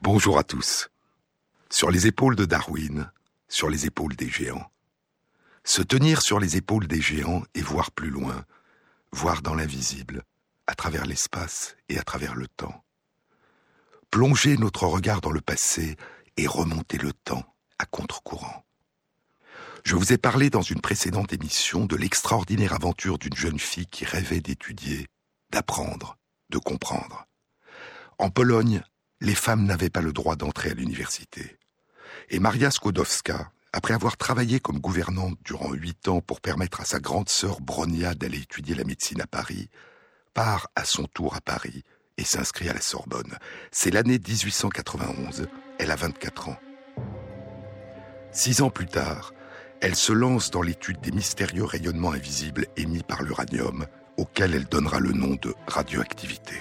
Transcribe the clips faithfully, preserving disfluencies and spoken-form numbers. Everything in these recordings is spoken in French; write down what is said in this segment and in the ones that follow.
Bonjour à tous. Sur les épaules de Darwin, sur les épaules des géants. Se tenir sur les épaules des géants et voir plus loin, voir dans l'invisible, à travers l'espace et à travers le temps. Plonger notre regard dans le passé et remonter le temps à contre-courant. Je vous ai parlé dans une précédente émission de l'extraordinaire aventure d'une jeune fille qui rêvait d'étudier, d'apprendre, de comprendre. En Pologne, les femmes n'avaient pas le droit d'entrer à l'université. Et Maria Skłodowska, après avoir travaillé comme gouvernante durant huit ans pour permettre à sa grande sœur Bronia d'aller étudier la médecine à Paris, part à son tour à Paris et s'inscrit à la Sorbonne. C'est l'année dix-huit cent quatre-vingt-onze, elle a vingt-quatre ans. Six ans plus tard, elle se lance dans l'étude des mystérieux rayonnements invisibles émis par l'uranium, auquel elle donnera le nom de radioactivité.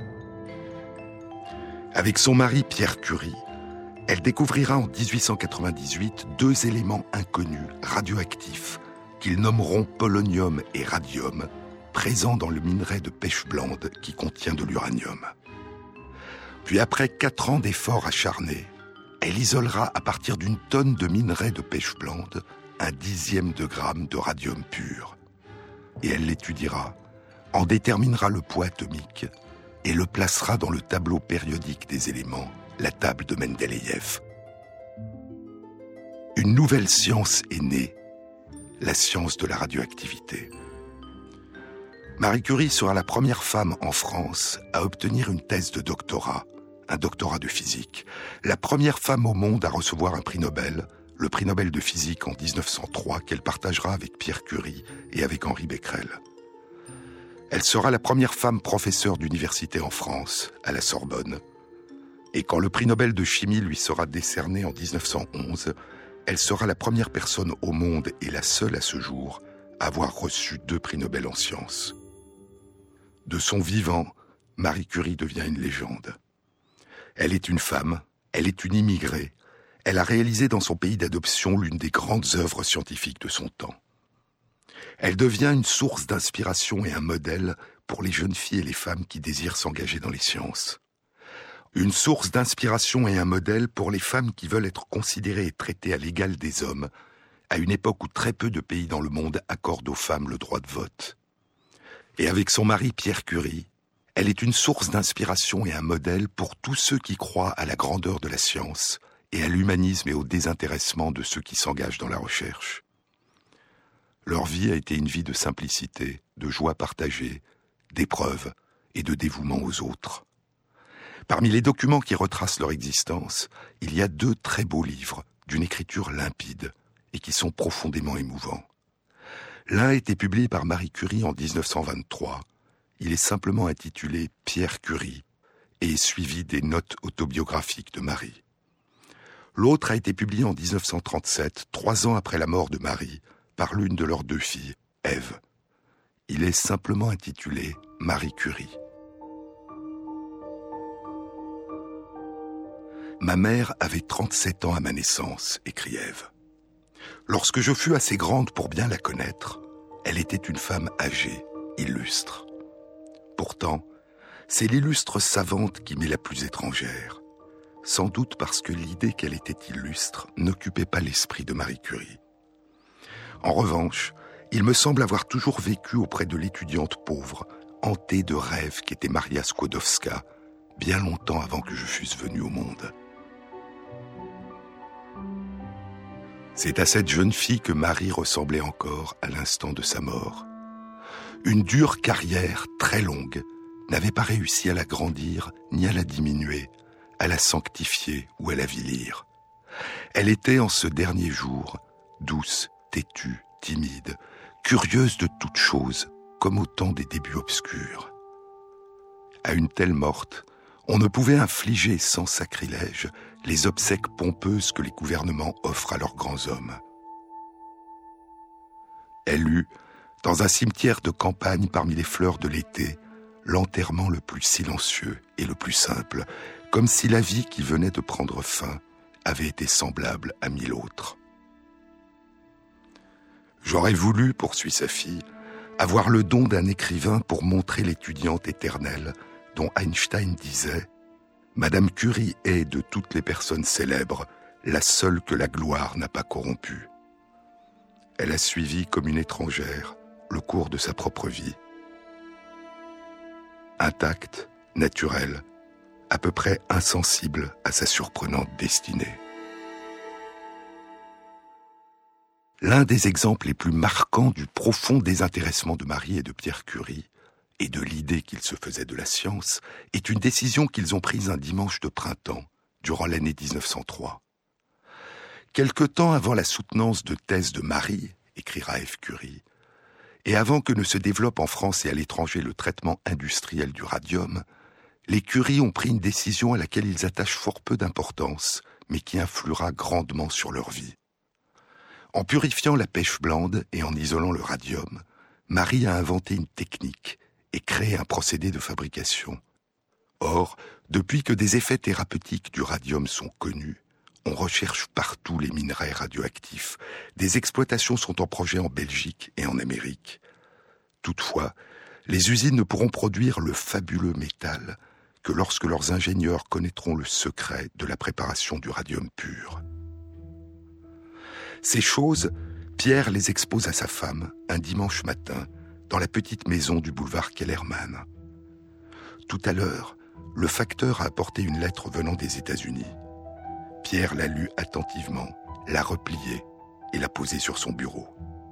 Avec son mari Pierre Curie, elle découvrira en dix-huit cent quatre-vingt-dix-huit deux éléments inconnus, radioactifs, qu'ils nommeront polonium et radium, présents dans le minerai de pêche blande qui contient de l'uranium. Puis après quatre ans d'efforts acharnés, elle isolera à partir d'une tonne de minerai de pêche blande un dixième de gramme de radium pur. Et elle l'étudiera, en déterminera le poids atomique et le placera dans le tableau périodique des éléments, la table de Mendeleïev. Une nouvelle science est née, la science de la radioactivité. Marie Curie sera la première femme en France à obtenir une thèse de doctorat, un doctorat de physique, la première femme au monde à recevoir un prix Nobel, le prix Nobel de physique en dix-neuf cent trois qu'elle partagera avec Pierre Curie et avec Henri Becquerel. Elle sera la première femme professeure d'université en France, à la Sorbonne. Et quand le prix Nobel de chimie lui sera décerné en dix-neuf cent onze, elle sera la première personne au monde et la seule à ce jour à avoir reçu deux prix Nobel en sciences. De son vivant, Marie Curie devient une légende. Elle est une femme, elle est une immigrée, elle a réalisé dans son pays d'adoption l'une des grandes œuvres scientifiques de son temps. Elle devient une source d'inspiration et un modèle pour les jeunes filles et les femmes qui désirent s'engager dans les sciences. Une source d'inspiration et un modèle pour les femmes qui veulent être considérées et traitées à l'égal des hommes, à une époque où très peu de pays dans le monde accordent aux femmes le droit de vote. Et avec son mari Pierre Curie, elle est une source d'inspiration et un modèle pour tous ceux qui croient à la grandeur de la science et à l'humanisme et au désintéressement de ceux qui s'engagent dans la recherche. Leur vie a été une vie de simplicité, de joie partagée, d'épreuve et de dévouement aux autres. Parmi les documents qui retracent leur existence, il y a deux très beaux livres, d'une écriture limpide et qui sont profondément émouvants. L'un a été publié par Marie Curie en dix-neuf cent vingt-trois. Il est simplement intitulé « Pierre Curie » et est suivi des notes autobiographiques de Marie. L'autre a été publié en dix-neuf cent trente-sept, trois ans après la mort de Marie, par l'une de leurs deux filles, Ève. Il est simplement intitulé « Marie Curie ». Ma mère avait trente-sept ans à ma naissance, écrit Ève. Lorsque je fus assez grande pour bien la connaître, elle était une femme âgée, illustre. Pourtant, c'est l'illustre savante qui m'est la plus étrangère, sans doute parce que l'idée qu'elle était illustre n'occupait pas l'esprit de Marie Curie. En revanche, il me semble avoir toujours vécu auprès de l'étudiante pauvre, hantée de rêves qu'était Maria Skłodowska, bien longtemps avant que je fusse venu au monde. C'est à cette jeune fille que Marie ressemblait encore à l'instant de sa mort. Une dure carrière très longue n'avait pas réussi à la grandir ni à la diminuer, à la sanctifier ou à la vilir. Elle était en ce dernier jour douce, têtue, timide, curieuse de toutes choses, comme au temps des débuts obscurs. À une telle morte, on ne pouvait infliger sans sacrilège les obsèques pompeuses que les gouvernements offrent à leurs grands hommes. Elle eut, dans un cimetière de campagne parmi les fleurs de l'été, l'enterrement le plus silencieux et le plus simple, comme si la vie qui venait de prendre fin avait été semblable à mille autres. J'aurais voulu, poursuit sa fille, avoir le don d'un écrivain pour montrer l'étudiante éternelle dont Einstein disait Madame Curie est, de toutes les personnes célèbres, la seule que la gloire n'a pas corrompue. Elle a suivi comme une étrangère le cours de sa propre vie. Intacte, naturelle, à peu près insensible à sa surprenante destinée. L'un des exemples les plus marquants du profond désintéressement de Marie et de Pierre Curie, et de l'idée qu'ils se faisaient de la science, est une décision qu'ils ont prise un dimanche de printemps, durant l'année dix-neuf cent trois. Quelque temps avant la soutenance de thèse de Marie, écrira F. Curie, et avant que ne se développe en France et à l'étranger le traitement industriel du radium, les Curie ont pris une décision à laquelle ils attachent fort peu d'importance, mais qui influera grandement sur leur vie. En purifiant la pêche blande et en isolant le radium, Marie a inventé une technique et créé un procédé de fabrication. Or, depuis que des effets thérapeutiques du radium sont connus, on recherche partout les minerais radioactifs. Des exploitations sont en projet en Belgique et en Amérique. Toutefois, les usines ne pourront produire le fabuleux métal que lorsque leurs ingénieurs connaîtront le secret de la préparation du radium pur. Ces choses, Pierre les expose à sa femme un dimanche matin dans la petite maison du boulevard Kellermann. Tout à l'heure, le facteur a apporté une lettre venant des États-Unis. Pierre l'a lue attentivement, l'a repliée et l'a posée sur son bureau.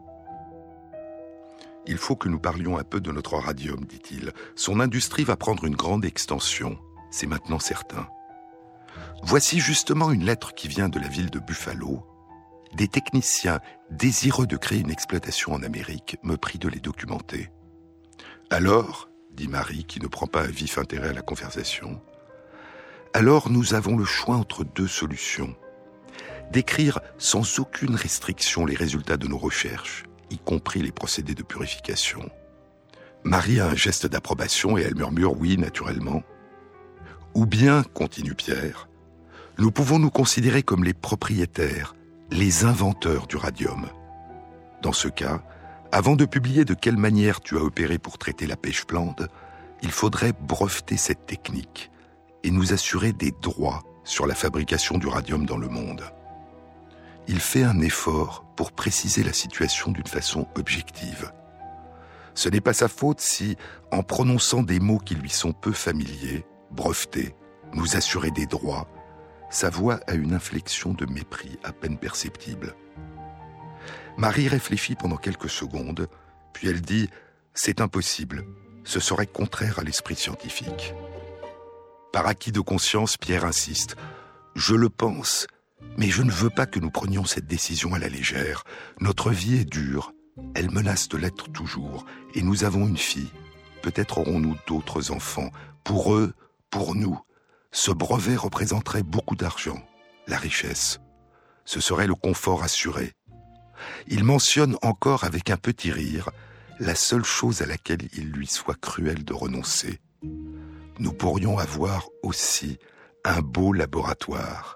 « Il faut que nous parlions un peu de notre radium, dit-il. Son industrie va prendre une grande extension, c'est maintenant certain. Voici justement une lettre qui vient de la ville de Buffalo. Des techniciens désireux de créer une exploitation en Amérique me prient de les documenter. Alors, dit Marie, qui ne prend pas un vif intérêt à la conversation, alors nous avons le choix entre deux solutions. D'écrire sans aucune restriction les résultats de nos recherches, y compris les procédés de purification. Marie a un geste d'approbation et elle murmure oui, naturellement. Ou bien, continue Pierre, nous pouvons nous considérer comme les propriétaires, les inventeurs du radium. Dans ce cas, avant de publier de quelle manière tu as opéré pour traiter la pêche blande, il faudrait breveter cette technique et nous assurer des droits sur la fabrication du radium dans le monde. Il fait un effort pour préciser la situation d'une façon objective. Ce n'est pas sa faute si, en prononçant des mots qui lui sont peu familiers, breveter, nous assurer des droits, sa voix a une inflexion de mépris à peine perceptible. Marie réfléchit pendant quelques secondes, puis elle dit « C'est impossible, ce serait contraire à l'esprit scientifique. » Par acquis de conscience, Pierre insiste « Je le pense, mais je ne veux pas que nous prenions cette décision à la légère. Notre vie est dure, elle menace de l'être toujours, et nous avons une fille. Peut-être aurons-nous d'autres enfants. Pour eux, pour nous, ce brevet représenterait beaucoup d'argent, la richesse. Ce serait le confort assuré. » Il mentionne encore avec un petit rire la seule chose à laquelle il lui soit cruel de renoncer. Nous pourrions avoir aussi un beau laboratoire.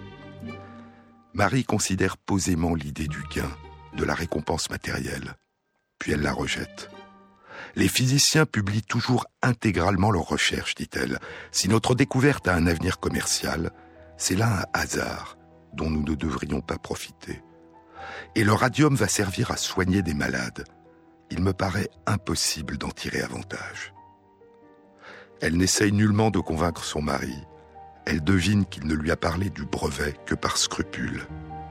Marie considère posément l'idée du gain, de la récompense matérielle, puis elle la rejette. Les physiciens publient toujours intégralement leurs recherches, dit-elle. Si notre découverte a un avenir commercial, c'est là un hasard dont nous ne devrions pas profiter. Et le radium va servir à soigner des malades. Il me paraît impossible d'en tirer avantage. Elle n'essaye nullement de convaincre son mari. Elle devine qu'il ne lui a parlé du brevet que par scrupule.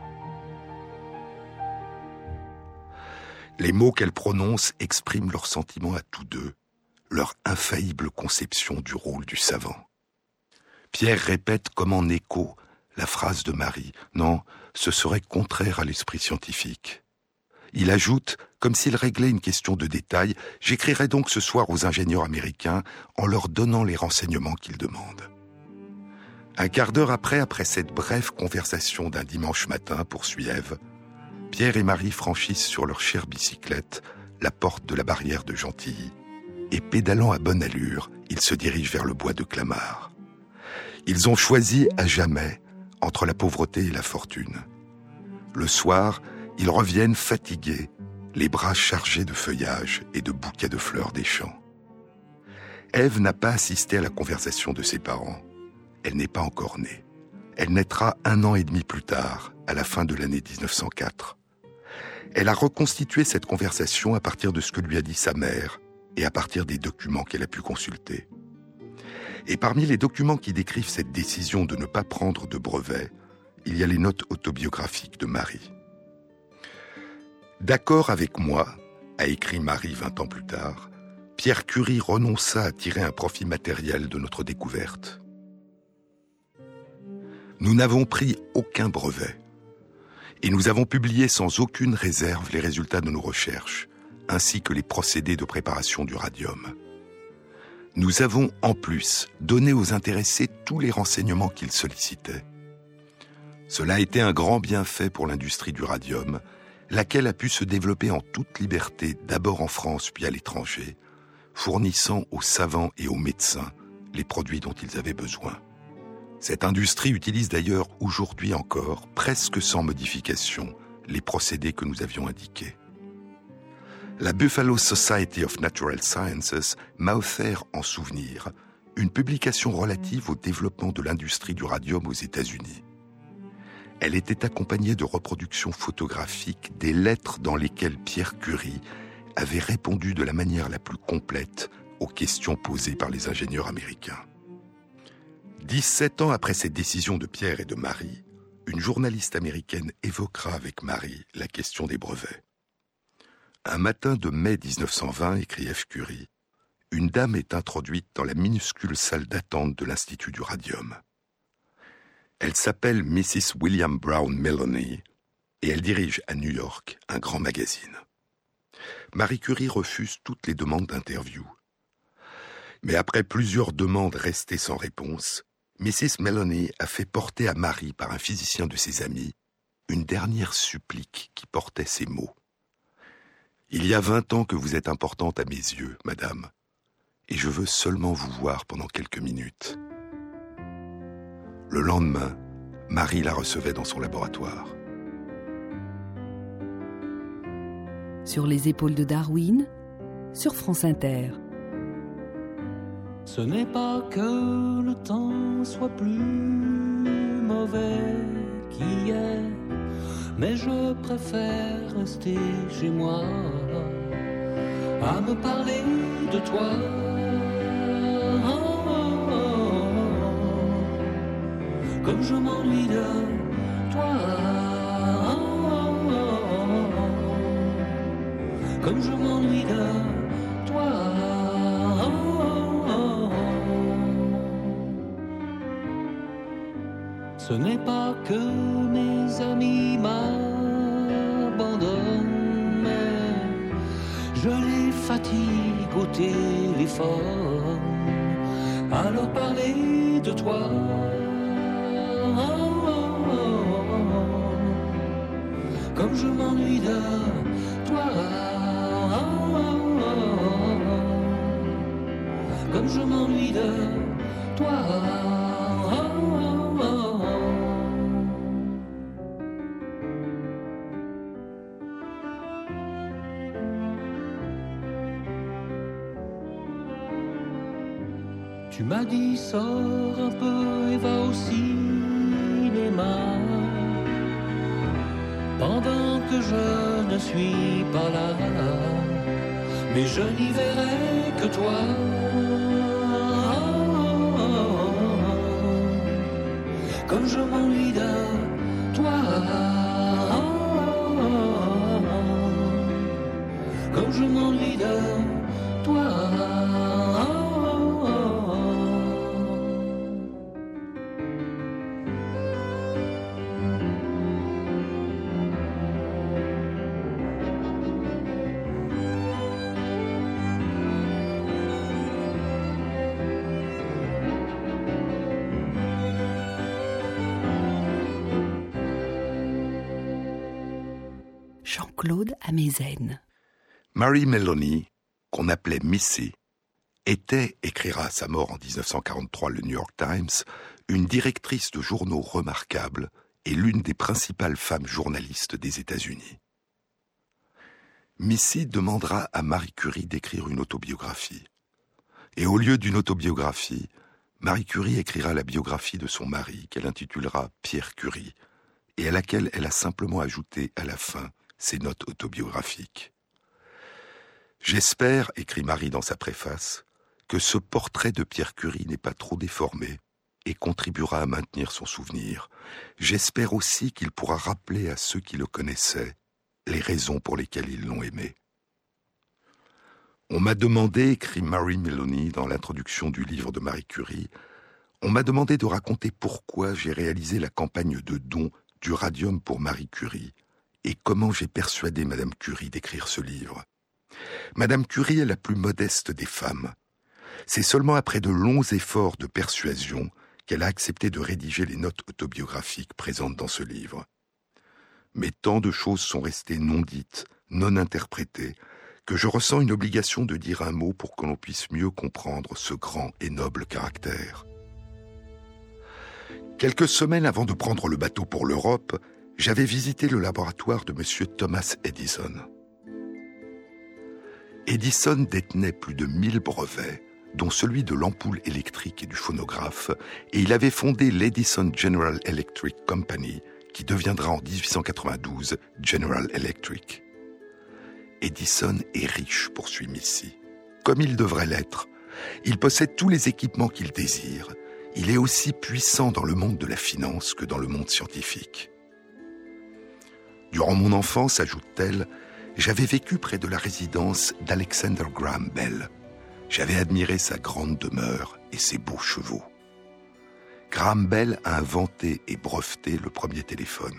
Les mots qu'elle prononce expriment leurs sentiments à tous deux, leur infaillible conception du rôle du savant. Pierre répète comme en écho la phrase de Marie. Non, ce serait contraire à l'esprit scientifique. Il ajoute, comme s'il réglait une question de détail, « J'écrirai donc ce soir aux ingénieurs américains en leur donnant les renseignements qu'ils demandent. » Un quart d'heure après, après cette brève conversation d'un dimanche matin, poursuit Ève, Pierre et Marie franchissent sur leur chère bicyclette la porte de la barrière de Gentilly et pédalant à bonne allure, ils se dirigent vers le bois de Clamart. Ils ont choisi à jamais entre la pauvreté et la fortune. Le soir, ils reviennent fatigués, les bras chargés de feuillages et de bouquets de fleurs des champs. Ève n'a pas assisté à la conversation de ses parents. elle n'est pas encore née. Elle naîtra un an et demi plus tard, à la fin de l'année dix-neuf cent quatre. Elle a reconstitué cette conversation à partir de ce que lui a dit sa mère et à partir des documents qu'elle a pu consulter. Et parmi les documents qui décrivent cette décision de ne pas prendre de brevet, il y a les notes autobiographiques de Marie. « D'accord avec moi, a écrit Marie vingt ans plus tard, Pierre Curie renonça à tirer un profit matériel de notre découverte. Nous n'avons pris aucun brevet et nous avons publié sans aucune réserve les résultats de nos recherches, ainsi que les procédés de préparation du radium. Nous avons en plus donné aux intéressés tous les renseignements qu'ils sollicitaient. Cela a été un grand bienfait pour l'industrie du radium, laquelle a pu se développer en toute liberté, d'abord en France puis à l'étranger, fournissant aux savants et aux médecins les produits dont ils avaient besoin. Cette industrie utilise d'ailleurs aujourd'hui encore, presque sans modification, les procédés que nous avions indiqués. La Buffalo Society of Natural Sciences m'a offert en souvenir une publication relative au développement de l'industrie du radium aux États-Unis. Elle était accompagnée de reproductions photographiques des lettres dans lesquelles Pierre Curie avait répondu de la manière la plus complète aux questions posées par les ingénieurs américains. dix-sept ans après cette décision de Pierre et de Marie, une journaliste américaine évoquera avec Marie la question des brevets. Un matin de mai dix-neuf cent vingt, écrit F. Curie, une dame est introduite dans la minuscule salle d'attente de l'Institut du Radium. Elle s'appelle Missus William Brown Melanie et elle dirige à New York un grand magazine. Marie Curie refuse toutes les demandes d'interview. Mais après plusieurs demandes restées sans réponse, Missus Melanie a fait porter à Marie par un physicien de ses amis une dernière supplique qui portait ces mots. « Il y a vingt ans que vous êtes importante à mes yeux, madame, et je veux seulement vous voir pendant quelques minutes. » Le lendemain, Marie la recevait dans son laboratoire. Sur les épaules de Darwin, sur France Inter. Ce n'est pas que le temps soit plus mauvais qu'hier, mais je préfère rester chez moi à me parler de toi. Comme je m'ennuie de toi, comme je m'ennuie de toi. Ce n'est pas que mes amis m'abandonnent, mais je les fatigue au téléphone à leur parler de toi. Comme je m'ennuie de toi, comme je m'ennuie de toi. Tu m'as dit sors un peu et va au cinéma pendant que je ne suis pas là, mais je n'y verrai que toi. Comme je m'ennuie de toi, comme je m'ennuie de toi. Jean-Claude Amezen. Mary Melanie, qu'on appelait Missy, était, écrira à sa mort en dix-neuf cent quarante-trois le New York Times, une directrice de journaux remarquable et l'une des principales femmes journalistes des États-Unis. Missy demandera à Marie Curie d'écrire une autobiographie. Et au lieu d'une autobiographie, Marie Curie écrira la biographie de son mari, qu'elle intitulera Pierre Curie, et à laquelle elle a simplement ajouté à la fin ses notes autobiographiques. J'espère, écrit Marie dans sa préface, que ce portrait de Pierre Curie n'est pas trop déformé et contribuera à maintenir son souvenir. J'espère aussi qu'il pourra rappeler à ceux qui le connaissaient les raisons pour lesquelles ils l'ont aimé. On m'a demandé, écrit Mary Maloney dans l'introduction du livre de Marie Curie, on m'a demandé de raconter pourquoi j'ai réalisé la campagne de don du radium pour Marie Curie et comment j'ai persuadé Madame Curie d'écrire ce livre. Madame Curie est la plus modeste des femmes. C'est seulement après de longs efforts de persuasion qu'elle a accepté de rédiger les notes autobiographiques présentes dans ce livre. Mais tant de choses sont restées non dites, non interprétées, que je ressens une obligation de dire un mot pour que l'on puisse mieux comprendre ce grand et noble caractère. Quelques semaines avant de prendre le bateau pour l'Europe, j'avais visité le laboratoire de M. Thomas Edison. Edison détenait plus de mille brevets, dont celui de l'ampoule électrique et du phonographe, et il avait fondé l'Edison General Electric Company, qui deviendra en dix-huit cent quatre-vingt-douze General Electric. Edison est riche, poursuit Missy, comme il devrait l'être. Il possède tous les équipements qu'il désire. Il est aussi puissant dans le monde de la finance que dans le monde scientifique. Durant mon enfance, ajoute-t-elle, j'avais vécu près de la résidence d'Alexander Graham Bell. J'avais admiré sa grande demeure et ses beaux chevaux. Graham Bell a inventé et breveté le premier téléphone.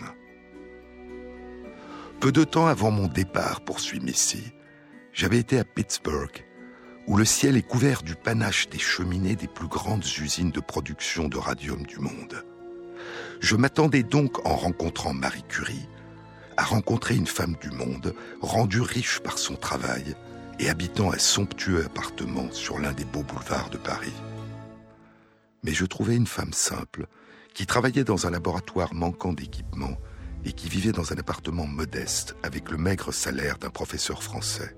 Peu de temps avant mon départ, poursuit Missy, j'avais été à Pittsburgh, où le ciel est couvert du panache des cheminées des plus grandes usines de production de radium du monde. Je m'attendais donc, en rencontrant Marie Curie, à rencontrer une femme du monde, rendue riche par son travail et habitant un somptueux appartement sur l'un des beaux boulevards de Paris. Mais je trouvais une femme simple, qui travaillait dans un laboratoire manquant d'équipement et qui vivait dans un appartement modeste avec le maigre salaire d'un professeur français.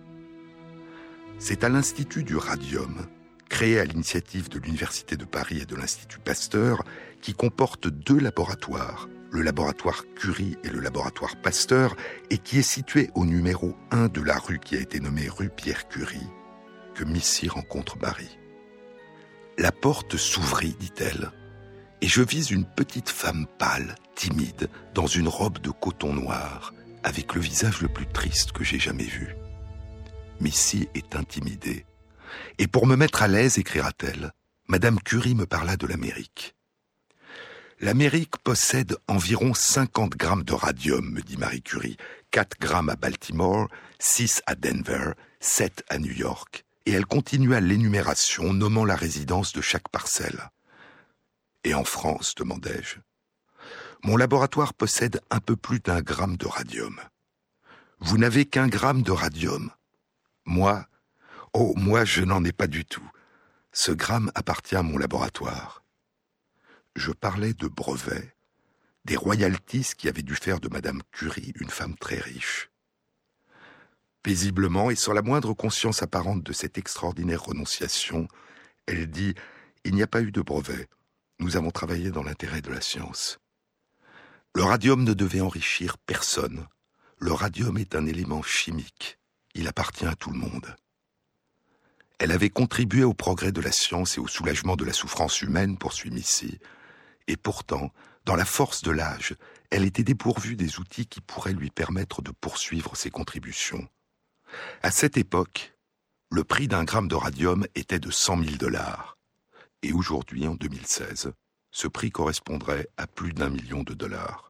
C'est à l'Institut du Radium, créé à l'initiative de l'Université de Paris et de l'Institut Pasteur, qui comporte deux laboratoires, le laboratoire Curie et le laboratoire Pasteur, et qui est situé au numéro un de la rue qui a été nommée rue Pierre Curie, que Missy rencontre Marie. La porte s'ouvrit, dit-elle, et je vis une petite femme pâle, timide, dans une robe de coton noir, avec le visage le plus triste que j'ai jamais vu. Missy est intimidée. Et pour me mettre à l'aise, écrira-t-elle, Madame Curie me parla de l'Amérique. L'Amérique possède environ cinquante grammes de radium, me dit Marie Curie, quatre grammes à Baltimore, six à Denver, sept à New York. Et elle continua l'énumération, nommant la résidence de chaque parcelle. Et en France, demandai-je. Mon laboratoire possède un peu plus d'un gramme de radium. Vous n'avez qu'un gramme de radium. Moi, oh, moi, je n'en ai pas du tout. Ce gramme appartient à mon laboratoire. Je parlais de brevets, des royalties qui avaient dû faire de Madame Curie une femme très riche. Paisiblement et sans la moindre conscience apparente de cette extraordinaire renonciation, elle dit « Il n'y a pas eu de brevet. Nous avons travaillé dans l'intérêt de la science. Le radium ne devait enrichir personne. Le radium est un élément chimique. Il appartient à tout le monde. » Elle avait contribué au progrès de la science et au soulagement de la souffrance humaine, poursuit Missy, et pourtant, dans la force de l'âge, elle était dépourvue des outils qui pourraient lui permettre de poursuivre ses contributions. À cette époque, le prix d'un gramme de radium était de cent mille dollars. Et aujourd'hui, en deux mille seize, ce prix correspondrait à plus d'un million de dollars.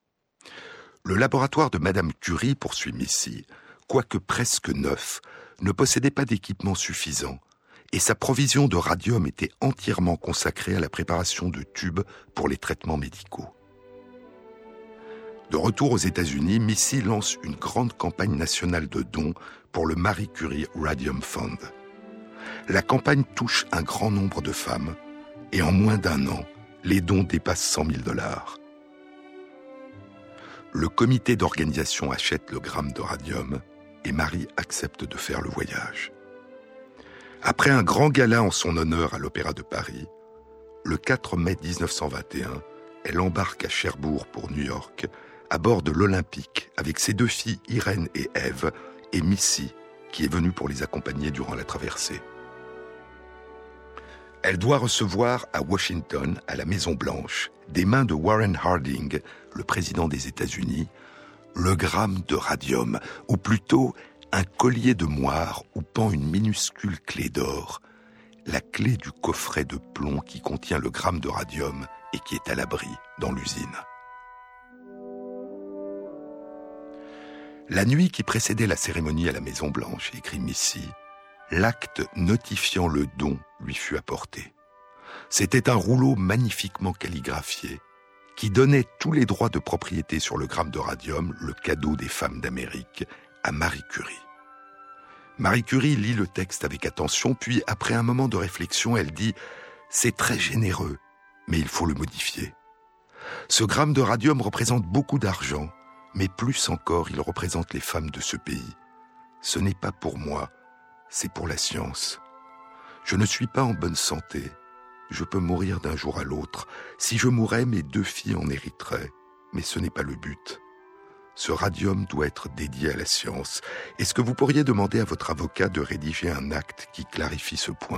Le laboratoire de Madame Curie, poursuit Missy, quoique presque neuf, ne possédait pas d'équipement suffisant, et sa provision de radium était entièrement consacrée à la préparation de tubes pour les traitements médicaux. De retour aux États-Unis, Missy lance une grande campagne nationale de dons pour le Marie Curie Radium Fund. La campagne touche un grand nombre de femmes, et en moins d'un an, les dons dépassent cent mille dollars. Le comité d'organisation achète le gramme de radium, et Marie accepte de faire le voyage. Après un grand gala en son honneur à l'Opéra de Paris, le quatre mai dix-neuf cent vingt et un, elle embarque à Cherbourg pour New York, à bord de l'Olympique, avec ses deux filles Irène et Ève, et Missy, qui est venue pour les accompagner durant la traversée. Elle doit recevoir à Washington, à la Maison-Blanche, des mains de Warren Harding, le président des États-Unis, le gramme de radium, ou plutôt un collier de moire où pend une minuscule clé d'or, la clé du coffret de plomb qui contient le gramme de radium et qui est à l'abri dans l'usine. La nuit qui précédait la cérémonie à la Maison-Blanche, écrit Missy, l'acte notifiant le don lui fut apporté. C'était un rouleau magnifiquement calligraphié qui donnait tous les droits de propriété sur le gramme de radium, le cadeau des femmes d'Amérique, à Marie Curie. Marie Curie lit le texte avec attention, puis après un moment de réflexion, elle dit « C'est très généreux, mais il faut le modifier. Ce gramme de radium représente beaucoup d'argent, mais plus encore, il représente les femmes de ce pays. Ce n'est pas pour moi, c'est pour la science. Je ne suis pas en bonne santé. Je peux mourir d'un jour à l'autre. Si je mourais, mes deux filles en hériteraient. Mais ce n'est pas le but. Ce radium doit être dédié à la science. Est-ce que vous pourriez demander à votre avocat de rédiger un acte qui clarifie ce point ?»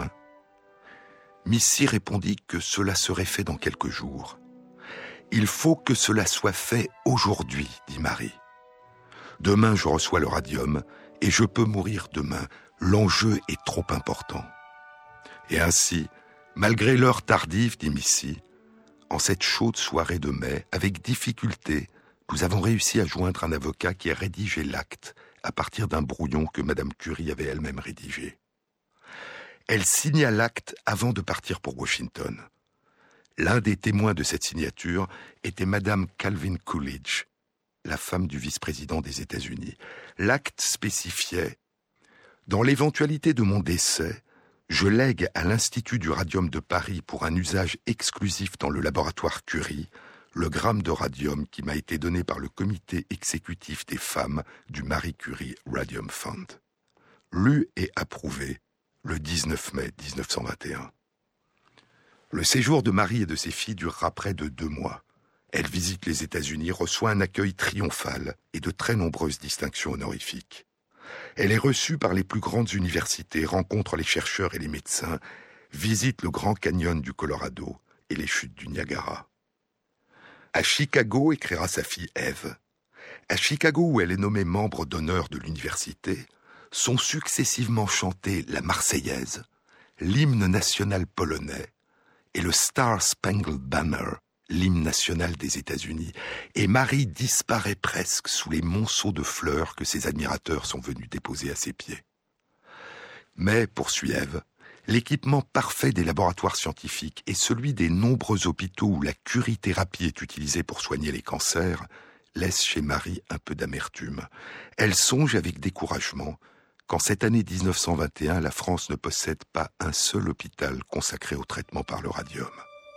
Missy répondit que cela serait fait dans quelques jours. « Il faut que cela soit fait aujourd'hui, dit Marie. Demain, je reçois le radium et je peux mourir demain. L'enjeu est trop important. » Et ainsi, malgré l'heure tardive, dit Missy, en cette chaude soirée de mai, avec difficulté, nous avons réussi à joindre un avocat qui a rédigé l'acte à partir d'un brouillon que Madame Curie avait elle-même rédigé. Elle signa l'acte avant de partir pour Washington. L'un des témoins de cette signature était Madame Calvin Coolidge, la femme du vice-président des États-Unis. L'acte spécifiait « Dans l'éventualité de mon décès, je lègue à l'Institut du radium de Paris pour un usage exclusif dans le laboratoire Curie le gramme de radium qui m'a été donné par le comité exécutif des femmes du Marie Curie Radium Fund. » Lu et approuvé le dix-neuf mai dix-neuf cent vingt et un. Le séjour de Marie et de ses filles durera près de deux mois. Elle visite les États-Unis, reçoit un accueil triomphal et de très nombreuses distinctions honorifiques. Elle est reçue par les plus grandes universités, rencontre les chercheurs et les médecins, visite le Grand Canyon du Colorado et les chutes du Niagara. À Chicago, écrira sa fille Ève, à Chicago où elle est nommée membre d'honneur de l'université, sont successivement chantées la Marseillaise, l'hymne national polonais et le Star Spangled Banner, l'hymne national des États-Unis, et Marie disparaît presque sous les monceaux de fleurs que ses admirateurs sont venus déposer à ses pieds. Mais, poursuit Ève, l'équipement parfait des laboratoires scientifiques et celui des nombreux hôpitaux où la curithérapie est utilisée pour soigner les cancers laisse chez Marie un peu d'amertume. Elle songe avec découragement qu'en cette année dix-neuf cent vingt et un, la France ne possède pas un seul hôpital consacré au traitement par le radium.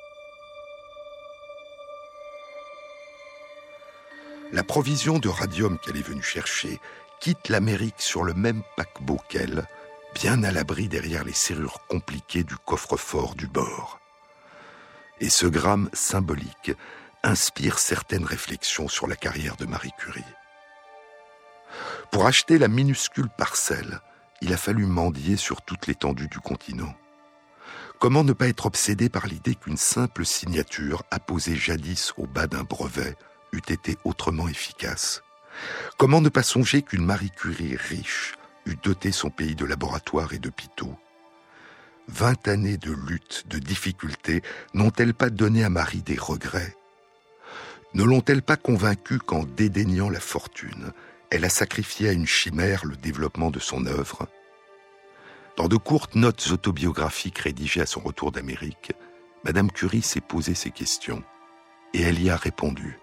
La provision de radium qu'elle est venue chercher quitte l'Amérique sur le même paquebot qu'elle, bien à l'abri derrière les serrures compliquées du coffre-fort du bord. Et ce gramme symbolique inspire certaines réflexions sur la carrière de Marie Curie. Pour acheter la minuscule parcelle, il a fallu mendier sur toute l'étendue du continent. Comment ne pas être obsédé par l'idée qu'une simple signature apposée jadis au bas d'un brevet eût été autrement efficace? Comment ne pas songer qu'une Marie Curie riche eût doté son pays de laboratoires et d'hôpitaux? Vingt années de lutte, de difficultés, n'ont-elles pas donné à Marie des regrets? Ne l'ont-elles pas convaincue qu'en dédaignant la fortune, elle a sacrifié à une chimère le développement de son œuvre? Dans de courtes notes autobiographiques rédigées à son retour d'Amérique, Madame Curie s'est posé ces questions, et elle y a répondu.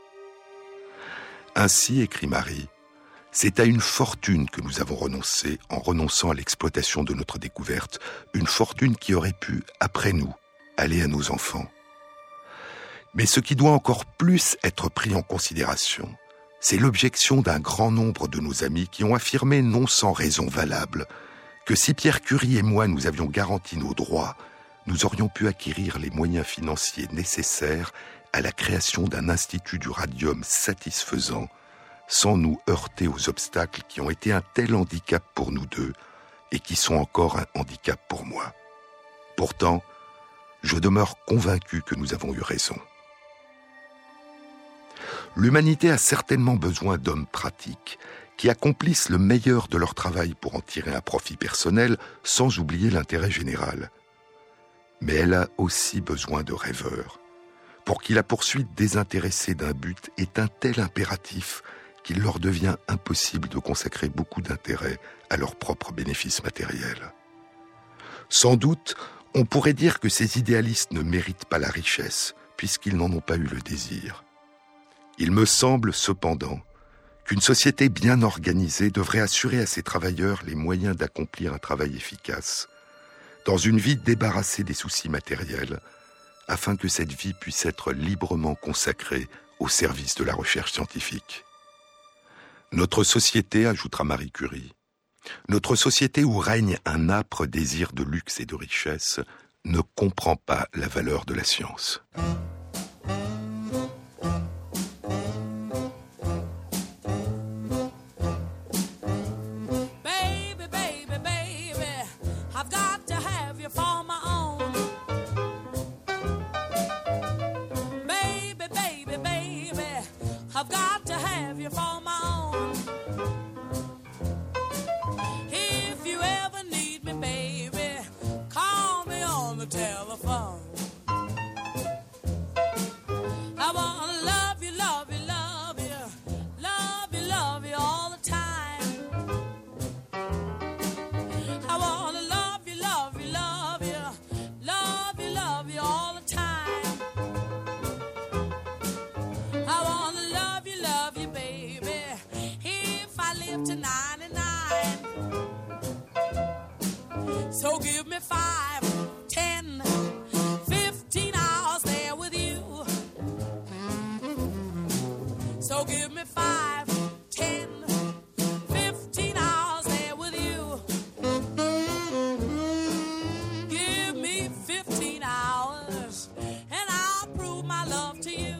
Ainsi, écrit Marie, c'est à une fortune que nous avons renoncé en renonçant à l'exploitation de notre découverte, une fortune qui aurait pu, après nous, aller à nos enfants. Mais ce qui doit encore plus être pris en considération, c'est l'objection d'un grand nombre de nos amis qui ont affirmé, non sans raison valable, que si Pierre Curie et moi nous avions garanti nos droits, nous aurions pu acquérir les moyens financiers nécessaires à la création d'un institut du radium satisfaisant, sans nous heurter aux obstacles qui ont été un tel handicap pour nous deux et qui sont encore un handicap pour moi. Pourtant, je demeure convaincu que nous avons eu raison. L'humanité a certainement besoin d'hommes pratiques qui accomplissent le meilleur de leur travail pour en tirer un profit personnel sans oublier l'intérêt général. Mais elle a aussi besoin de rêveurs, pour qui la poursuite désintéressée d'un but est un tel impératif qu'il leur devient impossible de consacrer beaucoup d'intérêt à leurs propres bénéfices matériels. Sans doute, on pourrait dire que ces idéalistes ne méritent pas la richesse, puisqu'ils n'en ont pas eu le désir. Il me semble, cependant, qu'une société bien organisée devrait assurer à ses travailleurs les moyens d'accomplir un travail efficace, dans une vie débarrassée des soucis matériels, afin que cette vie puisse être librement consacrée au service de la recherche scientifique. Notre société, ajoutera Marie Curie, notre société où règne un âpre désir de luxe et de richesse, ne comprend pas la valeur de la science. So give me five, ten, fifteen hours there with you. So give me five, ten, fifteen hours there with you. Give me fifteen hours and I'll prove my love to you.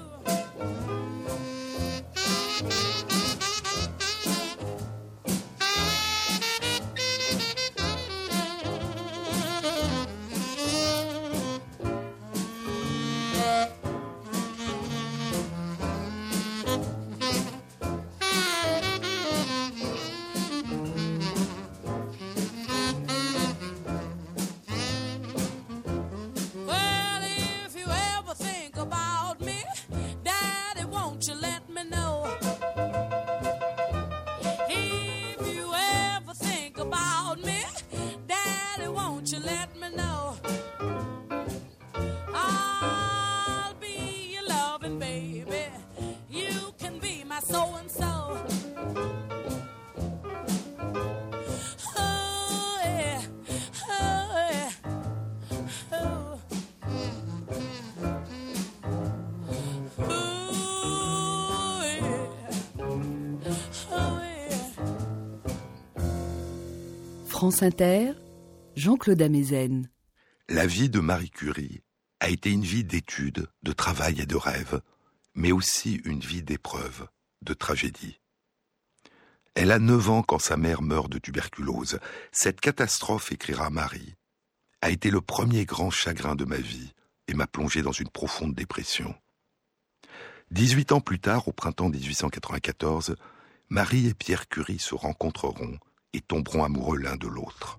France Inter, Jean-Claude Amezen. La vie de Marie Curie a été une vie d'études, de travail et de rêve, mais aussi une vie d'épreuves, de tragédie. Elle a neuf ans quand sa mère meurt de tuberculose. Cette catastrophe, écrira Marie, a été le premier grand chagrin de ma vie et m'a plongé dans une profonde dépression. dix-huit ans plus tard, au printemps dix-huit cent quatre-vingt-quatorze, Marie et Pierre Curie se rencontreront et tomberont amoureux l'un de l'autre.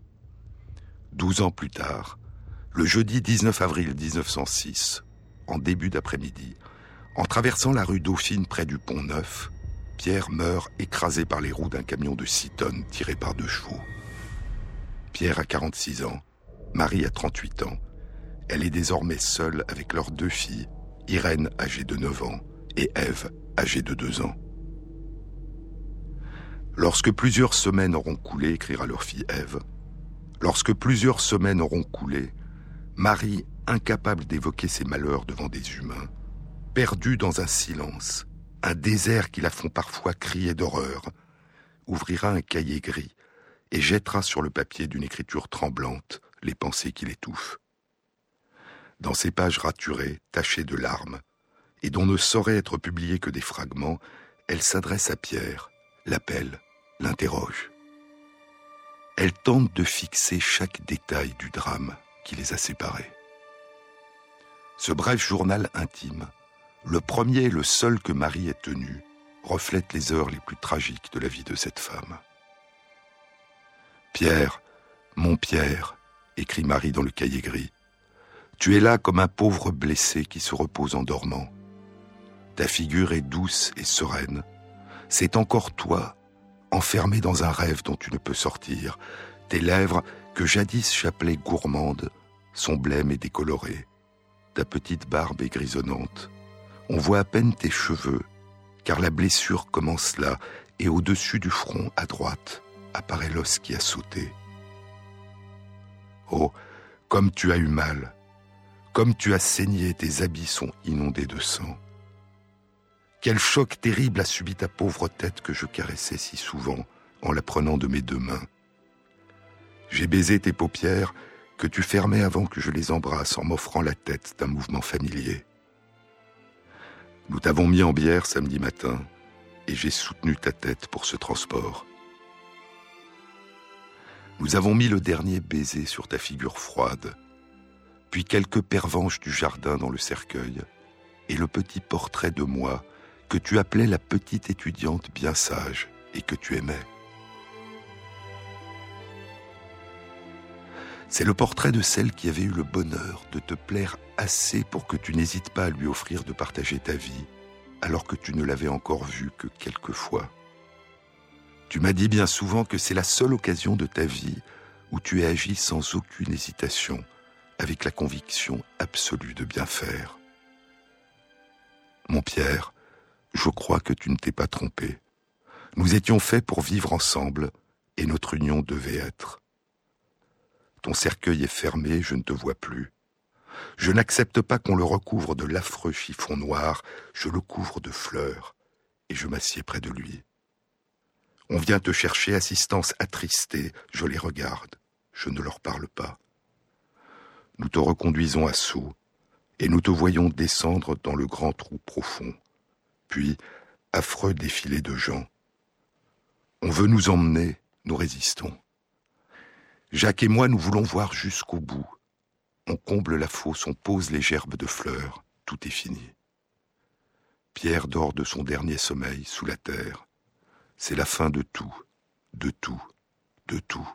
Douze ans plus tard, le jeudi dix-neuf avril mille neuf cent six, en début d'après-midi, en traversant la rue Dauphine près du Pont Neuf, Pierre meurt écrasé par les roues d'un camion de six tonnes tiré par deux chevaux. Pierre a quarante-six ans, Marie a trente-huit ans. Elle est désormais seule avec leurs deux filles, Irène âgée de neuf ans et Ève âgée de deux ans. Lorsque plusieurs semaines auront coulé, écrira leur fille Ève, lorsque plusieurs semaines auront coulé, Marie, incapable d'évoquer ses malheurs devant des humains, perdue dans un silence, un désert qui la font parfois crier d'horreur, ouvrira un cahier gris et jettera sur le papier d'une écriture tremblante les pensées qui l'étouffent. Dans ces pages raturées, tachées de larmes, et dont ne sauraient être publiés que des fragments, elle s'adresse à Pierre, l'appelle, l'interroge. Elle tente de fixer chaque détail du drame qui les a séparés. Ce bref journal intime, le premier et le seul que Marie ait tenu, reflète les heures les plus tragiques de la vie de cette femme. « Pierre, mon Pierre », écrit Marie dans le cahier gris, « tu es là comme un pauvre blessé qui se repose en dormant. Ta figure est douce et sereine. C'est encore toi, enfermé dans un rêve dont tu ne peux sortir. Tes lèvres, que jadis j'appelais gourmandes, sont blêmes et décolorées. Ta petite barbe est grisonnante. On voit à peine tes cheveux, car la blessure commence là, et au-dessus du front, à droite, apparaît l'os qui a sauté. Oh, comme tu as eu mal, comme tu as saigné, tes habits sont inondés de sang. Quel choc terrible a subi ta pauvre tête que je caressais si souvent en la prenant de mes deux mains. J'ai baisé tes paupières que tu fermais avant que je les embrasse en m'offrant la tête d'un mouvement familier. Nous t'avons mis en bière samedi matin et j'ai soutenu ta tête pour ce transport. Nous avons mis le dernier baiser sur ta figure froide, puis quelques pervenches du jardin dans le cercueil et le petit portrait de moi que tu appelais la petite étudiante bien sage et que tu aimais. C'est le portrait de celle qui avait eu le bonheur de te plaire assez pour que tu n'hésites pas à lui offrir de partager ta vie, alors que tu ne l'avais encore vue que quelques fois. Tu m'as dit bien souvent que c'est la seule occasion de ta vie où tu as agi sans aucune hésitation, avec la conviction absolue de bien faire. Mon Pierre, je crois que tu ne t'es pas trompé. Nous étions faits pour vivre ensemble, et notre union devait être. Ton cercueil est fermé, je ne te vois plus. Je n'accepte pas qu'on le recouvre de l'affreux chiffon noir, je le couvre de fleurs, et je m'assieds près de lui. On vient te chercher, assistance attristée, je les regarde, je ne leur parle pas. Nous te reconduisons à Sceaux, et nous te voyons descendre dans le grand trou profond. Puis, affreux défilé de gens. On veut nous emmener, nous résistons. Jacques et moi, nous voulons voir jusqu'au bout. On comble la fosse, on pose les gerbes de fleurs, tout est fini. Pierre dort de son dernier sommeil sous la terre. C'est la fin de tout, de tout, de tout.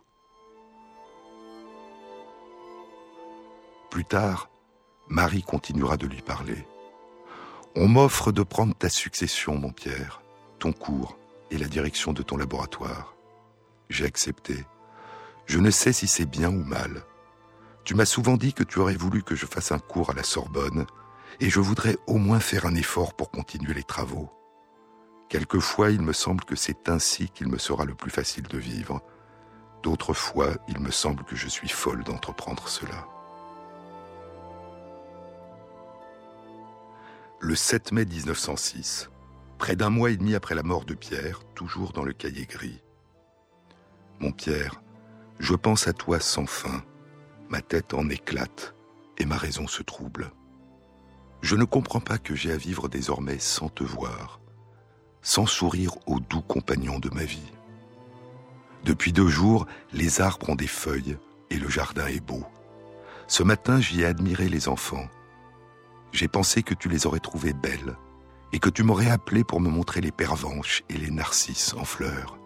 Plus tard, Marie continuera de lui parler. On m'offre de prendre ta succession, mon Pierre, ton cours et la direction de ton laboratoire. J'ai accepté. Je ne sais si c'est bien ou mal. Tu m'as souvent dit que tu aurais voulu que je fasse un cours à la Sorbonne, et je voudrais au moins faire un effort pour continuer les travaux. Quelquefois, il me semble que c'est ainsi qu'il me sera le plus facile de vivre. D'autres fois, il me semble que je suis folle d'entreprendre cela. Le sept mai mille neuf cent six, près d'un mois et demi après la mort de Pierre, toujours dans le cahier gris. Mon Pierre, je pense à toi sans fin, ma tête en éclate et ma raison se trouble. Je ne comprends pas que j'ai à vivre désormais sans te voir, sans sourire au doux compagnon de ma vie. Depuis deux jours, les arbres ont des feuilles et le jardin est beau. Ce matin, j'y ai admiré les enfants. J'ai pensé que tu les aurais trouvées belles et que tu m'aurais appelé pour me montrer les pervenches et les narcisses en fleurs.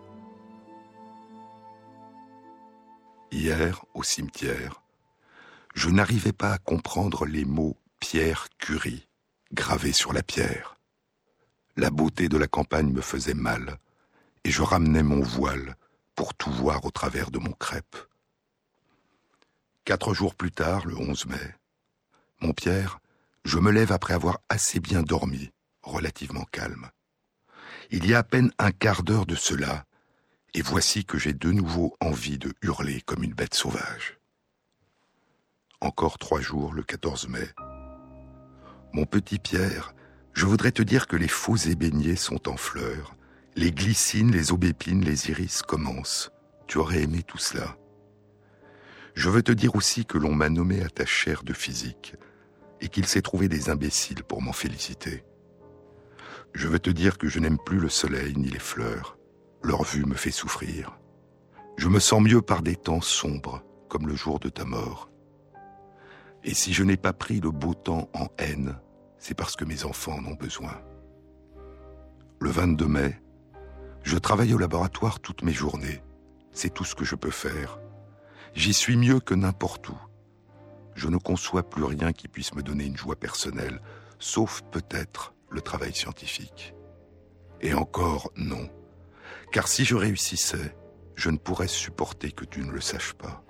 Hier, au cimetière, je n'arrivais pas à comprendre les mots « Pierre Curie » gravés sur la pierre. La beauté de la campagne me faisait mal, et je ramenais mon voile pour tout voir au travers de mon crêpe. Quatre jours plus tard, le onze mai, mon Pierre, je me lève après avoir assez bien dormi, relativement calme. Il y a à peine un quart d'heure de cela, et voici que j'ai de nouveau envie de hurler comme une bête sauvage. Encore trois jours, le quatorze mai. Mon petit Pierre, je voudrais te dire que les faux ébéniers sont en fleurs, les glycines, les aubépines, les iris commencent. Tu aurais aimé tout cela. Je veux te dire aussi que l'on m'a nommé à ta chaire de physique. et qu'il sait trouver des imbéciles pour m'en féliciter. Je veux te dire que je n'aime plus le soleil ni les fleurs. Leur vue me fait souffrir. Je me sens mieux par des temps sombres, comme le jour de ta mort. Et si je n'ai pas pris le beau temps en haine, c'est parce que mes enfants en ont besoin. Le vingt-deux mai, je travaille au laboratoire toutes mes journées. C'est tout ce que je peux faire. J'y suis mieux que n'importe où. Je ne conçois plus rien qui puisse me donner une joie personnelle, sauf peut-être le travail scientifique. Et encore, non. Car si je réussissais, je ne pourrais supporter que tu ne le saches pas.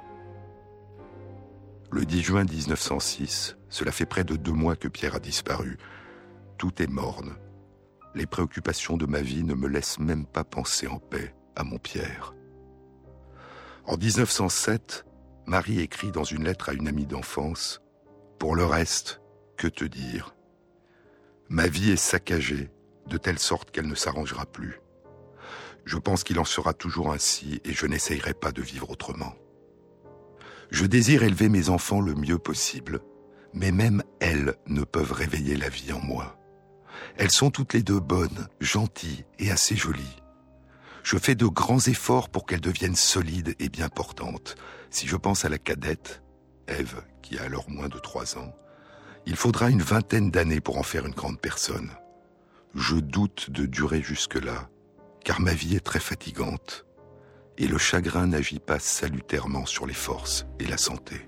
Le dix juin mille neuf cent six, cela fait près de deux mois que Pierre a disparu. Tout est morne. Les préoccupations de ma vie ne me laissent même pas penser en paix à mon Pierre. En mille neuf cent sept, Marie écrit dans une lettre à une amie d'enfance « Pour le reste, que te dire ? Ma vie est saccagée, de telle sorte qu'elle ne s'arrangera plus. Je pense qu'il en sera toujours ainsi et je n'essayerai pas de vivre autrement. Je désire élever mes enfants le mieux possible, mais même elles ne peuvent réveiller la vie en moi. Elles sont toutes les deux bonnes, gentilles et assez jolies. Je fais de grands efforts pour qu'elles deviennent solides et bien portantes. Si je pense à la cadette, Ève, qui a alors moins de trois ans, il faudra une vingtaine d'années pour en faire une grande personne. Je doute de durer jusque-là, car ma vie est très fatigante, et le chagrin n'agit pas salutairement sur les forces et la santé.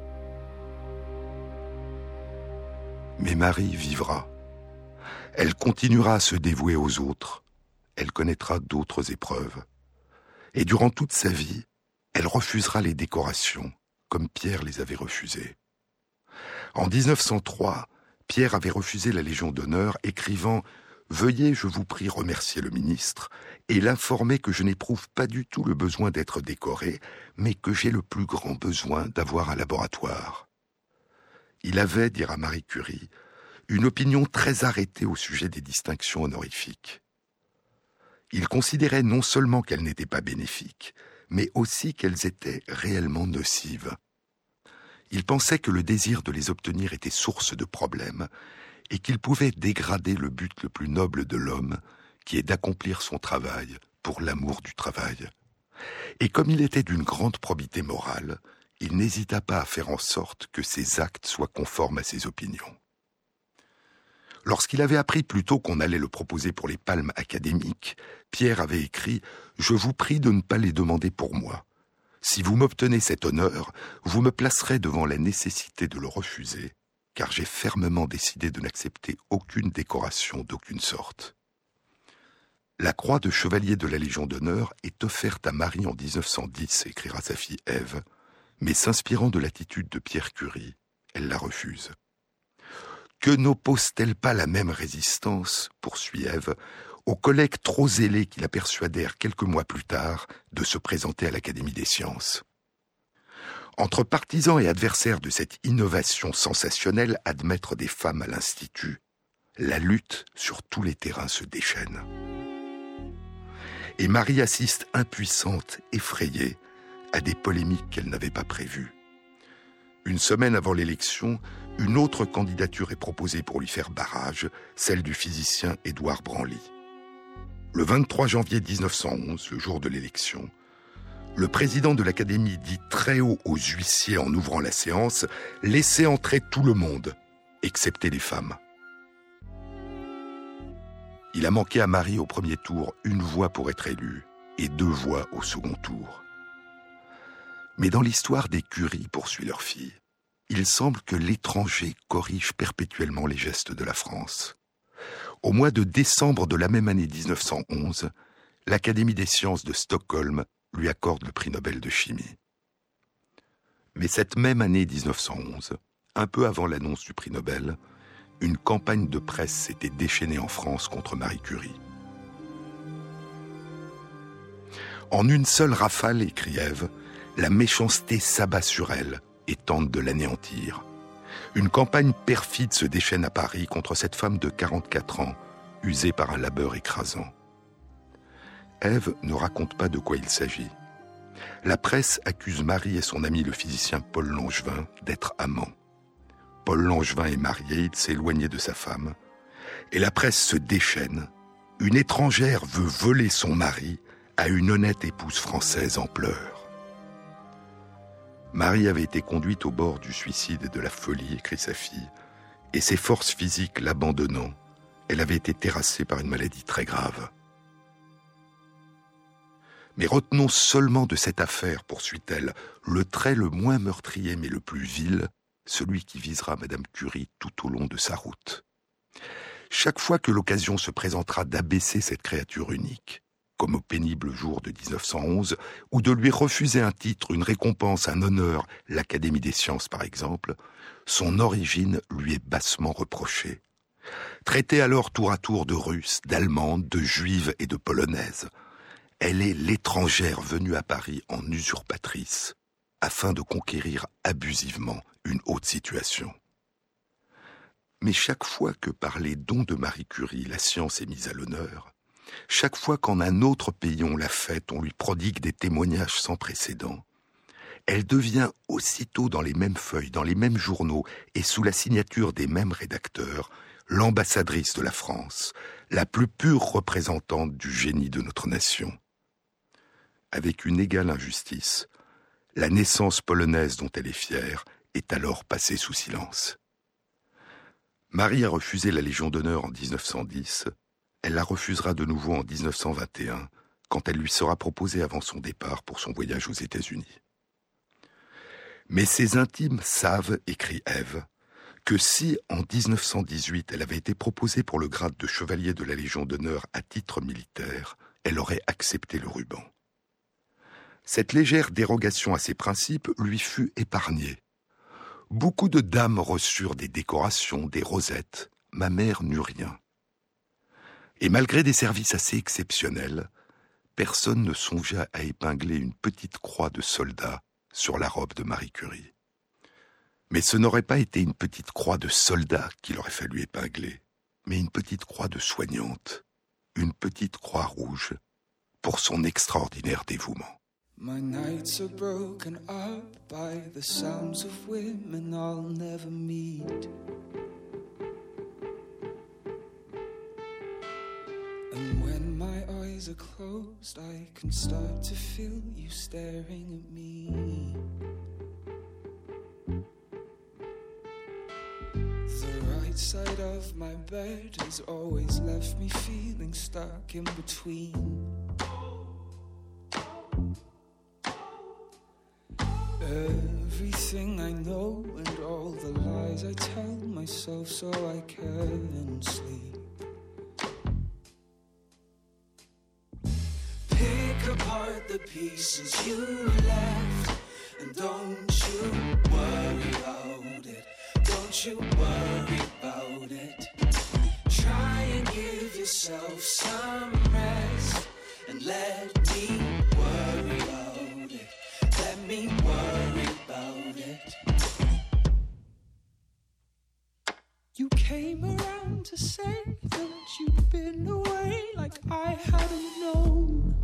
Mais Marie vivra. Elle continuera à se dévouer aux autres. Elle connaîtra d'autres épreuves. Et durant toute sa vie, elle refusera les décorations, comme Pierre les avait refusées. En mille neuf cent trois, Pierre avait refusé la Légion d'honneur, écrivant « Veuillez, je vous prie, remercier le ministre et l'informer que je n'éprouve pas du tout le besoin d'être décoré, mais que j'ai le plus grand besoin d'avoir un laboratoire. » Il avait, dira Marie Curie, une opinion très arrêtée au sujet des distinctions honorifiques. Il considérait non seulement qu'elles n'étaient pas bénéfiques, mais aussi qu'elles étaient réellement nocives. Il pensait que le désir de les obtenir était source de problèmes et qu'il pouvait dégrader le but le plus noble de l'homme, qui est d'accomplir son travail pour l'amour du travail. Et comme il était d'une grande probité morale, il n'hésita pas à faire en sorte que ses actes soient conformes à ses opinions. Lorsqu'il avait appris plus tôt qu'on allait le proposer pour les palmes académiques, Pierre avait écrit « Je vous prie de ne pas les demander pour moi. Si vous m'obtenez cet honneur, vous me placerez devant la nécessité de le refuser, car j'ai fermement décidé de n'accepter aucune décoration d'aucune sorte. » La croix de chevalier de la Légion d'honneur est offerte à Marie en mille neuf cent dix, écrira sa fille Ève, mais s'inspirant de l'attitude de Pierre Curie, elle la refuse. Que n'oppose-t-elle pas la même résistance, poursuit Ève, aux collègues trop zélés qui la persuadèrent quelques mois plus tard de se présenter à l'Académie des sciences. Entre partisans et adversaires de cette innovation sensationnelle à admettre des femmes à l'Institut, la lutte sur tous les terrains se déchaîne. Et Marie assiste impuissante, effrayée, à des polémiques qu'elle n'avait pas prévues. Une semaine avant l'élection, une autre candidature est proposée pour lui faire barrage, celle du physicien Édouard Branly. Le vingt-trois janvier mille neuf cent onze, le jour de l'élection, le président de l'Académie dit très haut aux huissiers en ouvrant la séance « Laissez entrer tout le monde, excepté les femmes ». Il a manqué à Marie au premier tour une voix pour être élue et deux voix au second tour. Mais dans l'histoire des Curie, poursuit leur fille, il semble que l'étranger corrige perpétuellement les gestes de la France. Au mois de décembre de la même année mille neuf cent onze, l'Académie des sciences de Stockholm lui accorde le prix Nobel de chimie. Mais cette même année mille neuf cent onze, un peu avant l'annonce du prix Nobel, une campagne de presse s'était déchaînée en France contre Marie Curie. En une seule rafale, écrit Ève, la méchanceté s'abat sur elle et tente de l'anéantir. Une campagne perfide se déchaîne à Paris contre cette femme de quarante-quatre ans, usée par un labeur écrasant. Ève ne raconte pas de quoi il s'agit. La presse accuse Marie et son ami le physicien Paul Langevin d'être amants. Paul Langevin est marié, il s'est éloigné de sa femme. Et la presse se déchaîne. Une étrangère veut voler son mari à une honnête épouse française en pleurs. Marie avait été conduite au bord du suicide et de la folie, écrit sa fille, et ses forces physiques l'abandonnant, elle avait été terrassée par une maladie très grave. Mais retenons seulement de cette affaire, poursuit-elle, le trait le moins meurtrier mais le plus vil, celui qui visera Madame Curie tout au long de sa route. Chaque fois que l'occasion se présentera d'abaisser cette créature unique, comme au pénible jour de dix-neuf cent onze, ou de lui refuser un titre, une récompense, un honneur, l'Académie des sciences par exemple, son origine lui est bassement reprochée. Traitée alors tour à tour de russe, d'allemande, de juive et de polonaise, elle est l'étrangère venue à Paris en usurpatrice, afin de conquérir abusivement une haute situation. Mais chaque fois que par les dons de Marie Curie, la science est mise à l'honneur, chaque fois qu'en un autre pays on la fête, on lui prodigue des témoignages sans précédent, elle devient aussitôt dans les mêmes feuilles, dans les mêmes journaux et sous la signature des mêmes rédacteurs, l'ambassadrice de la France, la plus pure représentante du génie de notre nation. Avec une égale injustice, la naissance polonaise dont elle est fière est alors passée sous silence. Marie a refusé la Légion d'honneur en dix-neuf cent dix, elle la refusera de nouveau en dix-neuf cent vingt et un, quand elle lui sera proposée avant son départ pour son voyage aux États-Unis. Mais ses intimes savent, écrit Ève, que si, en dix-neuf cent dix-huit, elle avait été proposée pour le grade de chevalier de la Légion d'honneur à titre militaire, elle aurait accepté le ruban. Cette légère dérogation à ses principes lui fut épargnée. Beaucoup de dames reçurent des décorations, des rosettes. Ma mère n'eut rien. Et malgré des services assez exceptionnels, personne ne songea à épingler une petite croix de soldat sur la robe de Marie Curie. Mais ce n'aurait pas été une petite croix de soldat qu'il aurait fallu épingler, mais une petite croix de soignante, une petite croix rouge, pour son extraordinaire dévouement. My nights are broken up by the sounds of women I'll never meet. And when my eyes are closed, I can start to feel you staring at me. The right side of my bed has always left me feeling stuck in between. Everything I know and all the lies I tell myself so I can sleep. Pick apart the pieces you left and don't you worry about it. Don't you worry about it. Try and give yourself some rest and let me worry about it. Let me worry about it. You came around to say that you'd been away like I hadn't known.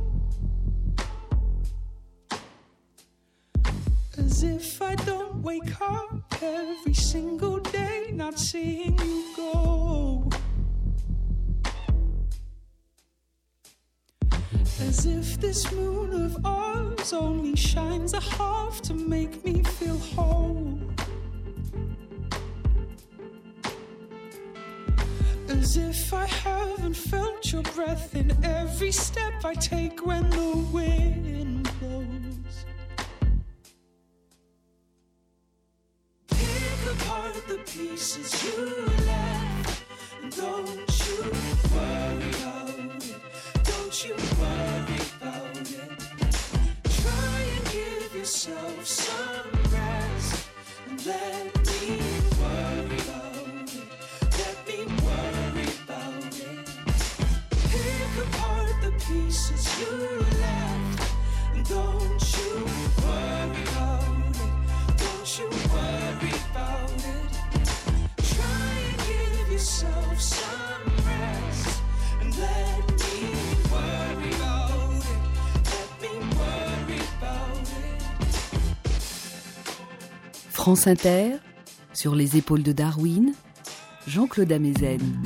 As if I don't wake up every single day not seeing you go. As if this moon of ours only shines a half to make me feel whole. As if I haven't felt your breath in every step I take when the wind blows. Pick apart the pieces you left and don't you worry about it. Don't you worry about it. Try and give yourself some rest and let me worry about it. Let me worry about it. Pick apart the pieces you left and don't you worry about it. Don't you worry about it. Try and give yourself some rest and let me worry about it. Let me worry about it. France Inter, Sur les épaules de Darwin, Jean-Claude Amezen.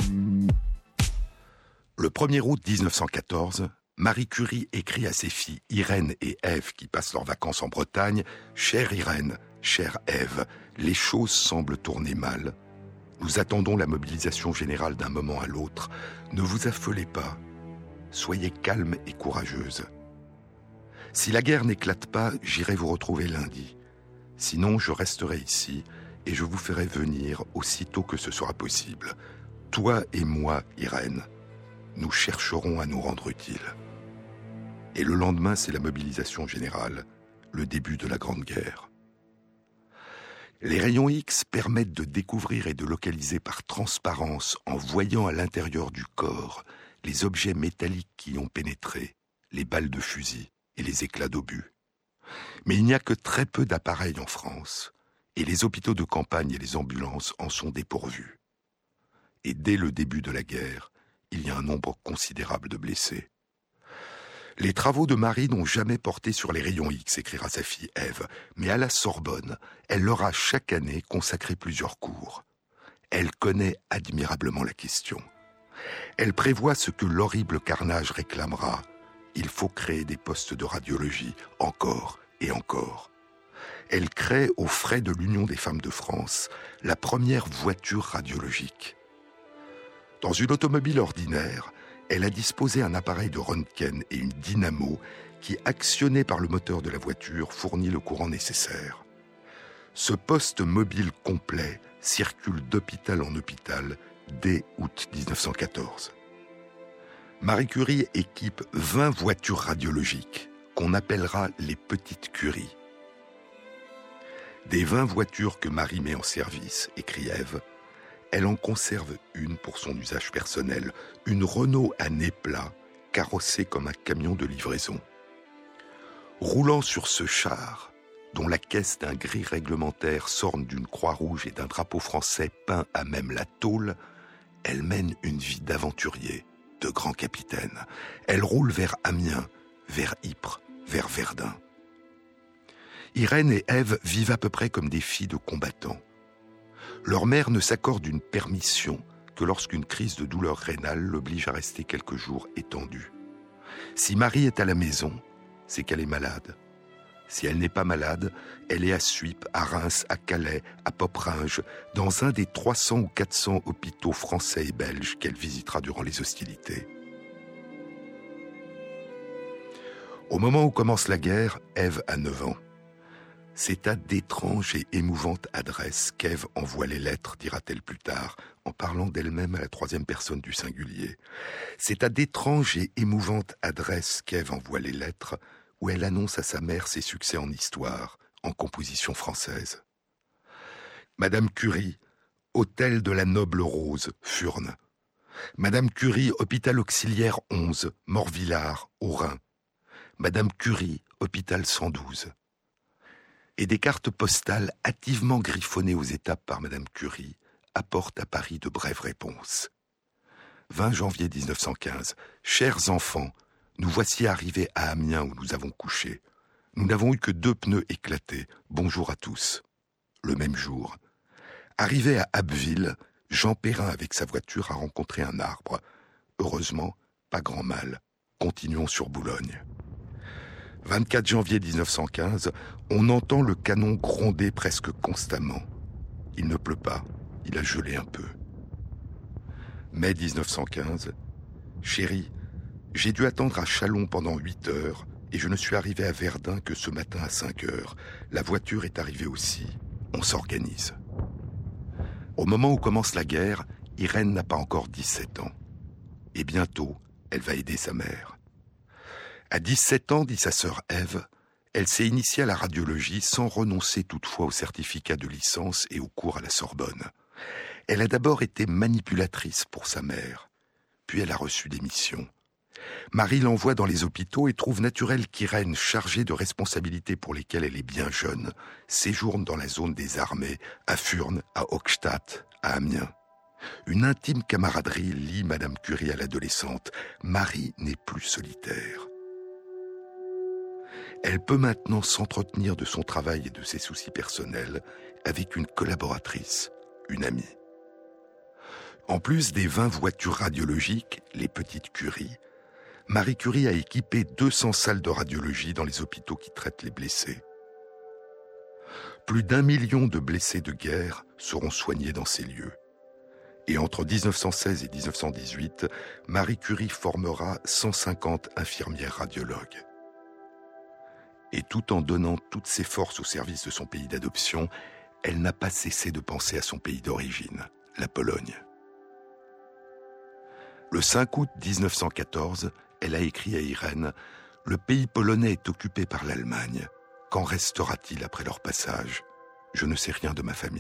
Le premier août dix-neuf cent quatorze, Marie Curie écrit à ses filles Irène et Ève qui passent leurs vacances en Bretagne « Chère Irène, chère Ève, les choses semblent tourner mal. Nous attendons la mobilisation générale d'un moment à l'autre. Ne vous affolez pas. Soyez calme et courageuse. Si la guerre n'éclate pas, j'irai vous retrouver lundi. Sinon, je resterai ici et je vous ferai venir aussitôt que ce sera possible. Toi et moi, Irène, nous chercherons à nous rendre utiles. » Et le lendemain, c'est la mobilisation générale, le début de la Grande Guerre. Les rayons X permettent de découvrir et de localiser par transparence, en voyant à l'intérieur du corps, les objets métalliques qui y ont pénétré, les balles de fusil et les éclats d'obus. Mais il n'y a que très peu d'appareils en France, et les hôpitaux de campagne et les ambulances en sont dépourvus. Et dès le début de la guerre, il y a un nombre considérable de blessés. Les travaux de Marie n'ont jamais porté sur les rayons X, écrira sa fille Ève, mais à la Sorbonne, elle leur a chaque année consacré plusieurs cours. Elle connaît admirablement la question. Elle prévoit ce que l'horrible carnage réclamera. Il faut créer des postes de radiologie, encore et encore. Elle crée, aux frais de l'Union des femmes de France, la première voiture radiologique. Dans une automobile ordinaire, elle a disposé un appareil de Röntgen et une dynamo qui, actionné par le moteur de la voiture, fournit le courant nécessaire. Ce poste mobile complet circule d'hôpital en hôpital dès août dix-neuf cent quatorze. Marie Curie équipe vingt voitures radiologiques qu'on appellera les petites Curie. Des vingt voitures que Marie met en service, écrit Ève, elle en conserve une pour son usage personnel, une Renault à nez plat, carrossée comme un camion de livraison. Roulant sur ce char, dont la caisse d'un gris réglementaire s'orne d'une croix rouge et d'un drapeau français peint à même la tôle, elle mène une vie d'aventurier, de grand capitaine. Elle roule vers Amiens, vers Ypres, vers Verdun. Irène et Ève vivent à peu près comme des filles de combattants. Leur mère ne s'accorde une permission que lorsqu'une crise de douleur rénale l'oblige à rester quelques jours étendue. Si Marie est à la maison, c'est qu'elle est malade. Si elle n'est pas malade, elle est à Suippes, à Reims, à Calais, à Poperinge, dans un des trois cents ou quatre cents hôpitaux français et belges qu'elle visitera durant les hostilités. Au moment où commence la guerre, Ève a neuf ans. C'est à d'étranges et émouvantes adresses qu'Ève envoie les lettres, dira-t-elle plus tard, en parlant d'elle-même à la troisième personne du singulier. C'est à d'étranges et émouvantes adresses qu'Ève envoie les lettres, où elle annonce à sa mère ses succès en histoire, en composition française. Madame Curie, hôtel de la Noble Rose, Furnes. Madame Curie, hôpital auxiliaire onze, Morvillard, au Rhin. Madame Curie, hôpital cent douze. Et des cartes postales hâtivement griffonnées aux étapes par Madame Curie apportent à Paris de brèves réponses. vingt janvier dix-neuf cent quinze. Chers enfants, nous voici arrivés à Amiens où nous avons couché. Nous n'avons eu que deux pneus éclatés. Bonjour à tous. Le même jour. Arrivé à Abbeville, Jean Perrin avec sa voiture a rencontré un arbre. Heureusement, pas grand mal. Continuons sur Boulogne. vingt-quatre janvier dix-neuf cent quinze, on entend le canon gronder presque constamment. Il ne pleut pas, il a gelé un peu. Mai dix-neuf cent quinze, chérie, j'ai dû attendre à Châlons pendant huit heures et je ne suis arrivé à Verdun que ce matin à cinq heures. La voiture est arrivée aussi. On s'organise. Au moment où commence la guerre, Irène n'a pas encore dix-sept ans. Et bientôt, elle va aider sa mère. À dix-sept ans, dit sa sœur Ève, elle s'est initiée à la radiologie sans renoncer toutefois au certificat de licence et au cours à la Sorbonne. Elle a d'abord été manipulatrice pour sa mère, puis elle a reçu des missions. Marie l'envoie dans les hôpitaux et trouve naturel qu'Irène, chargée de responsabilités pour lesquelles elle est bien jeune, séjourne dans la zone des armées, à Furnes, à Hochstadt, à Amiens. Une intime camaraderie lie Madame Curie à l'adolescente. Marie n'est plus solitaire. Elle peut maintenant s'entretenir de son travail et de ses soucis personnels avec une collaboratrice, une amie. En plus des vingt voitures radiologiques, les petites Curie, Marie Curie a équipé deux cents salles de radiologie dans les hôpitaux qui traitent les blessés. Plus d'un million de blessés de guerre seront soignés dans ces lieux. Et entre dix-neuf cent seize et dix-neuf cent dix-huit, Marie Curie formera cent cinquante infirmières radiologues. Et tout en donnant toutes ses forces au service de son pays d'adoption, elle n'a pas cessé de penser à son pays d'origine, la Pologne. Le cinq août dix-neuf cent quatorze, elle a écrit à Irène « Le pays polonais est occupé par l'Allemagne. Qu'en restera-t-il après leur passage ? Je ne sais rien de ma famille. »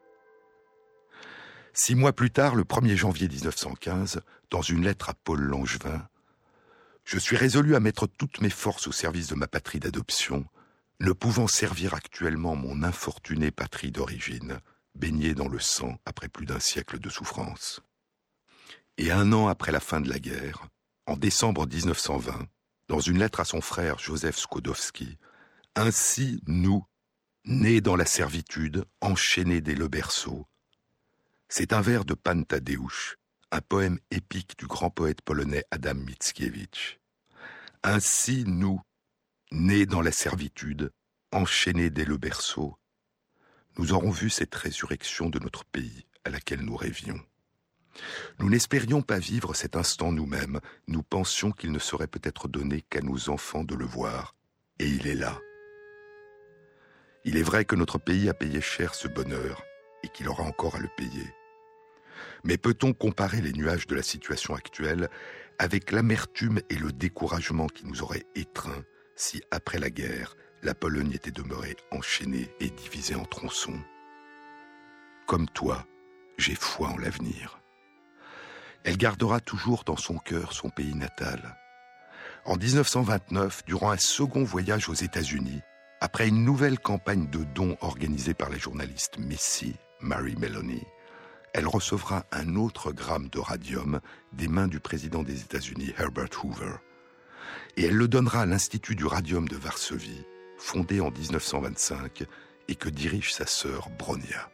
Six mois plus tard, le premier janvier dix-neuf cent quinze, dans une lettre à Paul Langevin, « Je suis résolu à mettre toutes mes forces au service de ma patrie d'adoption, ne pouvant servir actuellement mon infortunée patrie d'origine, baignée dans le sang après plus d'un siècle de souffrance. » Et un an après la fin de la guerre, en décembre dix-neuf cent vingt, dans une lettre à son frère Józef Skłodowski, « Ainsi, nous, nés dans la servitude, enchaînés dès le berceau. » C'est un vers de Pan Tadeusz, un poème épique du grand poète polonais Adam Mickiewicz. « Ainsi, nous, nés dans la servitude, enchaînés dès le berceau, nous aurons vu cette résurrection de notre pays à laquelle nous rêvions. Nous n'espérions pas vivre cet instant nous-mêmes, nous pensions qu'il ne serait peut-être donné qu'à nos enfants de le voir, et il est là. Il est vrai que notre pays a payé cher ce bonheur, et qu'il aura encore à le payer. Mais peut-on comparer les nuages de la situation actuelle avec l'amertume et le découragement qui nous auraient étreints si, après la guerre, la Pologne était demeurée enchaînée et divisée en tronçons ? Comme toi, j'ai foi en l'avenir. Elle gardera toujours dans son cœur son pays natal. En dix-neuf cent vingt-neuf, durant un second voyage aux États-Unis, après une nouvelle campagne de dons organisée par la journaliste Missy Mary Maloney, elle recevra un autre gramme de radium des mains du président des États-Unis, Herbert Hoover. Et elle le donnera à l'Institut du radium de Varsovie, fondé en dix-neuf cent vingt-cinq et que dirige sa sœur Bronia.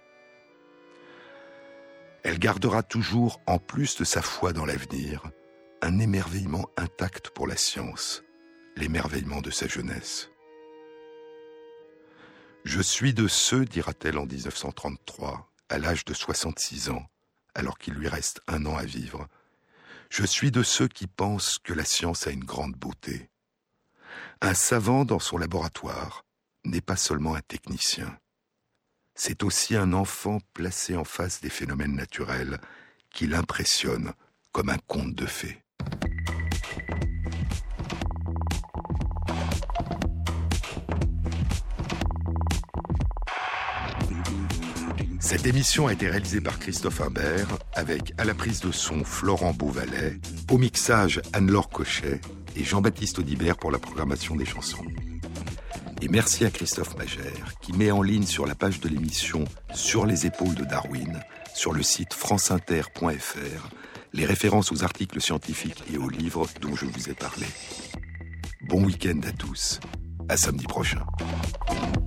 Elle gardera toujours, en plus de sa foi dans l'avenir, un émerveillement intact pour la science, l'émerveillement de sa jeunesse. « Je suis de ceux, dira-t-elle en dix-neuf cent trente-trois, à l'âge de soixante-six ans, alors qu'il lui reste un an à vivre, je suis de ceux qui pensent que la science a une grande beauté. Un savant dans son laboratoire n'est pas seulement un technicien. C'est aussi un enfant placé en face des phénomènes naturels qui l'impressionne comme un conte de fées. » Cette émission a été réalisée par Christophe Imbert, avec à la prise de son Florent Beauvalet, au mixage Anne-Laure Cochet et Jean-Baptiste Audibert pour la programmation des chansons. Et merci à Christophe Magère, qui met en ligne sur la page de l'émission Sur les épaules de Darwin, sur le site franceinter point f r, les références aux articles scientifiques et aux livres dont je vous ai parlé. Bon week-end à tous, à samedi prochain.